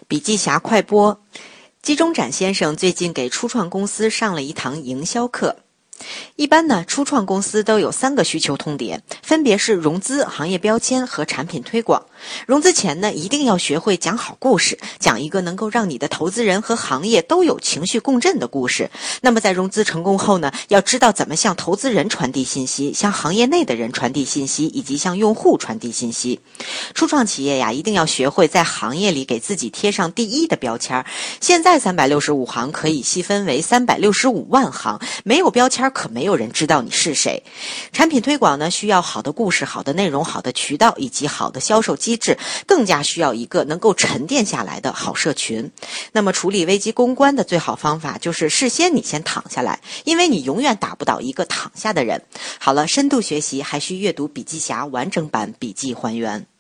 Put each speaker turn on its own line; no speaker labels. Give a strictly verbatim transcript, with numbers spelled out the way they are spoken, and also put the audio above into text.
笔记侠快播，季中展先生最近给初创公司上了一堂营销课。一般呢，初创公司都有三个需求痛点，分别是融资、行业标签和产品推广。融资前呢，一定要学会讲好故事，讲一个能够让你的投资人和行业都有情绪共振的故事。那么在融资成功后呢，要知道怎么向投资人传递信息，向行业内的人传递信息，以及向用户传递信息。初创企业呀，一定要学会在行业里给自己贴上第一的标签。现在三百六十五行可以细分为三百六十五万行，没有标签可没有人知道你是谁。产品推广呢，需要好的故事、好的内容、好的渠道以及好的销售机制，更加需要一个能够沉淀下来的好社群。那么处理危机公关的最好方法就是事先你先躺下来，因为你永远打不倒一个躺下的人。好了，深度学习还需阅读笔记侠完整版笔记还原。